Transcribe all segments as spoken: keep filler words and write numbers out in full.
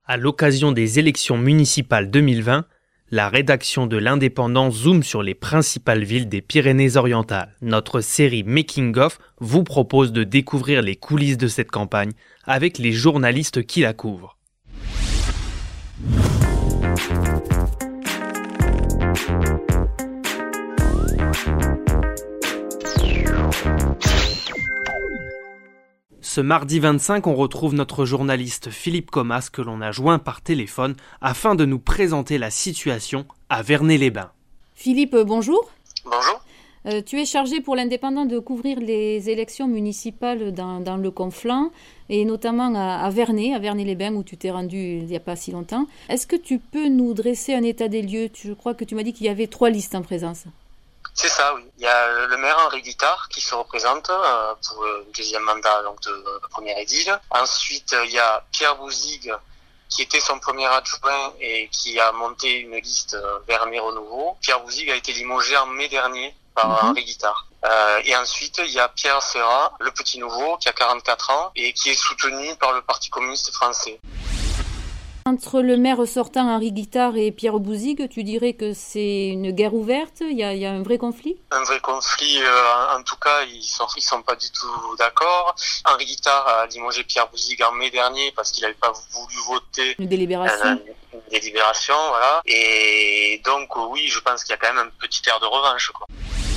À l'occasion des élections municipales deux mille vingt, la rédaction de l'Indépendant zoome sur les principales villes des Pyrénées-Orientales. Notre série Making of vous propose de découvrir les coulisses de cette campagne avec les journalistes qui la couvrent. Ce mardi vingt-cinq, on retrouve notre journaliste Philippe Comas que l'on a joint par téléphone afin de nous présenter la situation à Vernay-les-Bains. Philippe, bonjour. Bonjour. Euh, tu es chargé pour l'Indépendant de couvrir les élections municipales dans, dans le Conflent et notamment à, à Vernay, à Vernay-les-Bains où tu t'es rendu il n'y a pas si longtemps. Est-ce que tu peux nous dresser un état des lieux ? Je crois que tu m'as dit qu'il y avait trois listes en présence. C'est ça, oui. Il y a le maire Henri Guittard qui se représente euh, pour le deuxième mandat donc de la première édile. Ensuite, il y a Pierre Bouzigues qui était son premier adjoint et qui a monté une liste euh, Vernay Renouveau. Pierre Bouzigues a été limogé en mai dernier par mm-hmm. Henri Guittard. Euh, et ensuite, il y a Pierre Serra, le petit nouveau, qui a quarante-quatre ans et qui est soutenu par le Parti communiste français. Entre le maire sortant Henri Guittard et Pierre Bouzigues, tu dirais que c'est une guerre ouverte ? Il y a, il y a un vrai conflit ? Un vrai conflit, euh, en tout cas, ils sont, ils sont pas du tout d'accord. Henri Guittard a limogé Pierre Bouzigues en mai dernier parce qu'il n'avait pas voulu voter une délibération. Euh, une délibération, voilà. Et donc, oui, je pense qu'il y a quand même un petit air de revanche, quoi.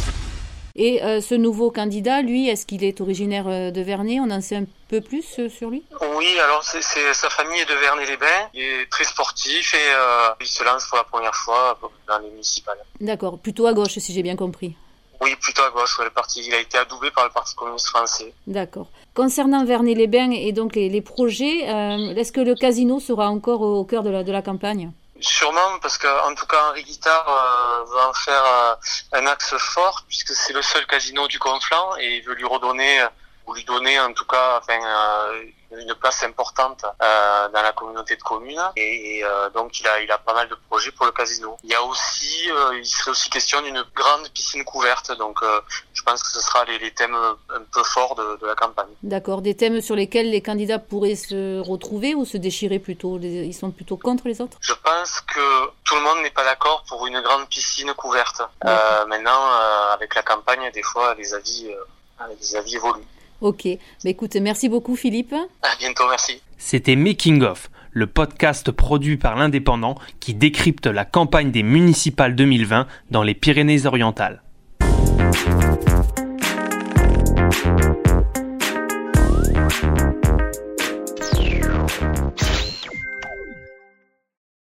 Et euh, ce nouveau candidat, lui, est-ce qu'il est originaire de Vernay ? On en sait un peu plus euh, sur lui ? Oui, alors c'est, c'est sa famille est de Vernay-les-Bains. Il est très sportif et euh, il se lance pour la première fois dans les municipales. D'accord, plutôt à gauche si j'ai bien compris. Oui, plutôt à gauche. Ouais, le parti, il a été adoubé par le Parti communiste français. D'accord. Concernant Vernay-les-Bains et donc les, les projets, euh, est-ce que le casino sera encore au, au cœur de la, de la campagne ? Sûrement, parce qu'en tout cas, Henri Guittard euh, va en faire euh, un axe fort, puisque c'est le seul casino du Conflent, et il veut lui redonner, ou lui donner en tout cas, enfin, euh, une place importante euh, dans la communauté de communes. Et, et euh, donc, il a, il a pas mal de projets pour le casino. Il y a aussi, euh, il serait aussi question d'une grande piscine couverte. Donc, euh, je pense que ce sera les, les thèmes un peu forts de, de la campagne. D'accord. Des thèmes sur lesquels les candidats pourraient se retrouver ou se déchirer plutôt ? Ils sont plutôt contre les autres ? Je pense que tout le monde n'est pas d'accord pour une grande piscine couverte. Euh, maintenant, euh, avec la campagne, des fois, les avis, euh, les avis évoluent. Ok. Bah, écoute, merci beaucoup Philippe. À bientôt, merci. C'était Making of, le podcast produit par l'Indépendant qui décrypte la campagne des municipales deux mille vingt dans les Pyrénées-Orientales.